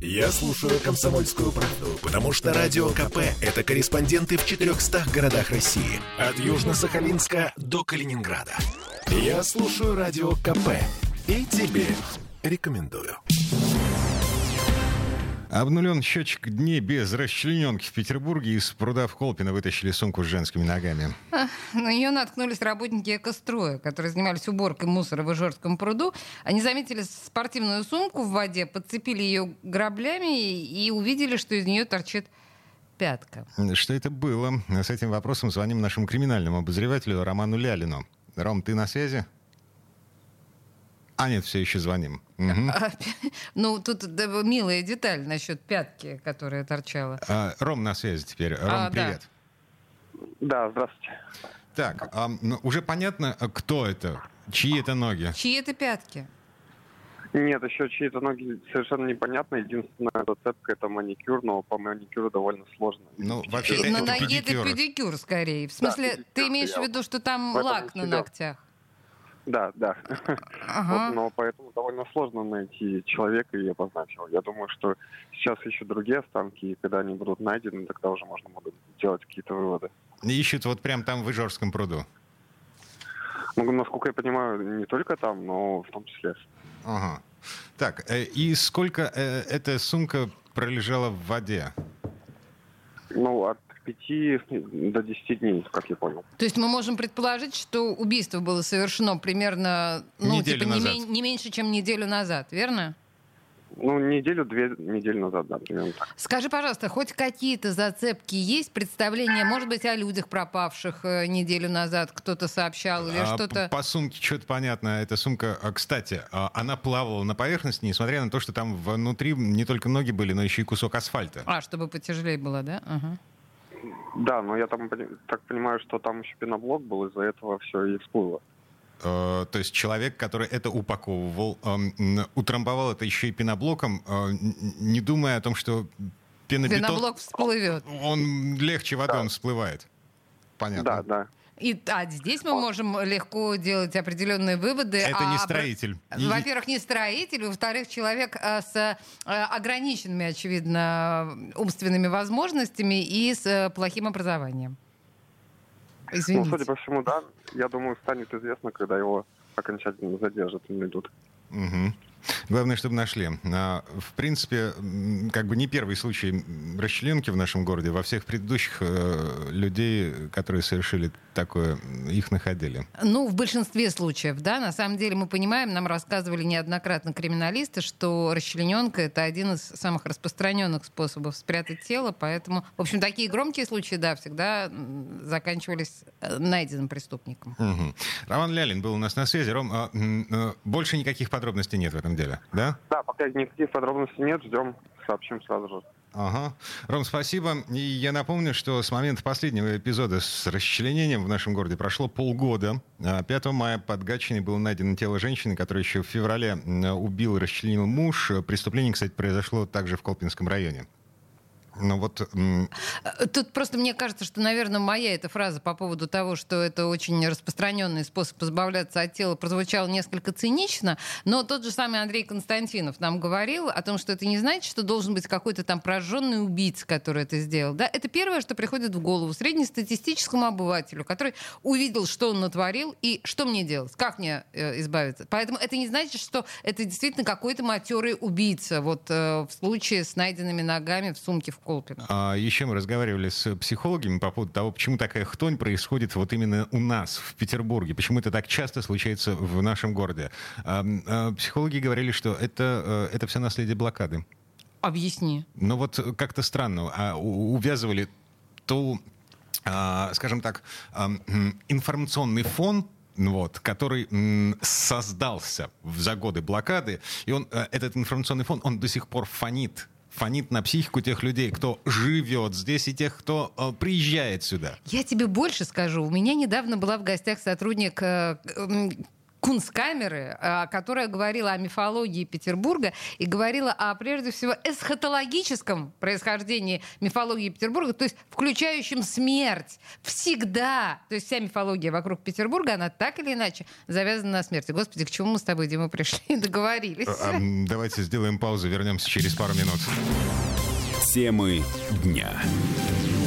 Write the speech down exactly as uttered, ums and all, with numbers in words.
Я слушаю «Комсомольскую правду», потому что Радио КП – это корреспонденты в четырехстах городах России. От Южно-Сахалинска до Калининграда. Я слушаю Радио КП и тебе рекомендую. Обнулен счетчик дней без расчлененки в Петербурге. Из пруда в Колпино вытащили сумку с женскими ногами. А, на нее наткнулись работники экостроя, которые занимались уборкой мусора в Ижорском пруду. Они заметили спортивную сумку в воде, подцепили ее граблями и увидели, что из нее торчит пятка. Что это было? С этим вопросом звоним нашему криминальному обозревателю Роману Лялину. Ром, ты на связи? А, нет, все еще звоним. Угу. А, ну, тут да, милая деталь насчет пятки, которая торчала. А, Ром на связи теперь. Ром, а, привет. Да. да, здравствуйте. Так, а, ну, уже понятно, кто это? Чьи это ноги? Чьи это пятки? Нет, еще чьи-то ноги совершенно непонятно. Единственная зацепка — это маникюр, но по маникюру довольно сложно. Ну, вообще, На это ноге педикюр. это педикюр, скорее. В смысле, Да, педикюр, ты имеешь я в виду, что там в этом лак на сидел. ногтях? Да, да. Ага. Вот, но поэтому довольно сложно найти человека и опознать его. Я думаю, что сейчас еще другие останки, и когда они будут найдены, тогда уже можно будет делать какие-то выводы. Ищут вот прям там в Ижорском пруду. Ну, насколько я понимаю, не только там, но в том числе. Ага. Так, э, и сколько э, эта сумка пролежала в воде? Ну, от пяти до десяти дней, как я понял. То есть мы можем предположить, что убийство было совершено примерно, ну, Неделю типа, не, назад. мен- не меньше, чем неделю назад, верно? Ну, неделю-две недели назад, да, примерно так. Скажи, пожалуйста, хоть какие-то зацепки есть, представления, может быть, о людях, пропавших э, неделю назад, кто-то сообщал или А, что-то? По сумке что-то понятно. Эта сумка, а, кстати, а, она плавала на поверхности, несмотря на то, что там внутри не только ноги были, но еще и кусок асфальта. А, чтобы потяжелее было, да? Ага. Да, но я там пони- так понимаю, что там еще пеноблок был, из-за этого все и всплыло. Э, То есть человек, который это упаковывал, эм, м, утрамбовал это еще и пеноблоком, э, н- не думая о том, что пенобетон... Пеноблок всплывет. Он легче водой, Да. он всплывает. Понятно. Да, да. И а здесь мы можем легко делать определенные выводы. Это не А, строитель. И- Во-первых, не строитель, во-вторых, человек а, с а, ограниченными, очевидно, умственными возможностями и с а, плохим образованием. Извините. Ну, судя по всему, да. Я думаю, станет известно, когда его окончательно задержат и найдут. Мгм. Главное, чтобы нашли. А, В принципе, м, как бы не первый случай расчленки в нашем городе. Во всех предыдущих э, людей, которые совершили такое, их находили. Ну, в большинстве случаев, да, на самом деле мы понимаем, нам рассказывали неоднократно криминалисты, что расчлененка — это один из самых распространенных способов спрятать тело, поэтому, в общем, такие громкие случаи, да, всегда м, заканчивались э, найденным преступником. Мгм. Роман Лялин был у нас на связи. Ром, а, м, э, больше никаких подробностей нет в этом деле, да? Да, пока никаких подробностей нет, ждем, сообщим сразу же. Ага. Ром, спасибо. И я напомню, что с момента последнего эпизода с расчленением в нашем городе прошло полгода. А пятого мая под Гатчиной было найдено тело женщины, которая еще в феврале м, убил и расчленил муж. Преступление, кстати, произошло также в Колпинском районе. Ну вот... м, Тут просто мне кажется, что, наверное, моя эта фраза по поводу того, что это очень распространенный способ избавляться от тела, прозвучала несколько цинично, но тот же самый Андрей Константинов нам говорил о том, что это не значит, что должен быть какой-то там прожженный убийца, который это сделал. Да? Это первое, что приходит в голову среднестатистическому обывателю, который увидел, что он натворил, и что мне делать, как мне э, избавиться. Поэтому это не значит, что это действительно какой-то матерый убийца, вот э, в случае с найденными ногами в сумке в Колпино. А еще мы разговаривали с психологами по поводу того, почему такая хтонь происходит вот именно у нас, в Петербурге. Почему это так часто случается в нашем городе. А, а, психологи говорили, что это, это все наследие блокады. Объясни. Но вот как-то странно. А, у- увязывали ту, а, скажем так, а, м, информационный фон, вот, который м, создался в- за годы блокады, и он, э, этот информационный фон, он до сих пор фонит. Фонит на психику тех людей, кто живет здесь, и тех, кто э, приезжает сюда. Я тебе больше скажу. У меня недавно была в гостях сотрудник э, м, Кунсткамеры, которая говорила о мифологии Петербурга и говорила о, прежде всего, эсхатологическом происхождении мифологии Петербурга, то есть включающем смерть. Всегда. То есть вся мифология вокруг Петербурга, она так или иначе завязана на смерти. Господи, к чему мы с тобой, Дима, пришли и договорились? А, давайте сделаем паузу, вернемся через пару минут. Темы дня.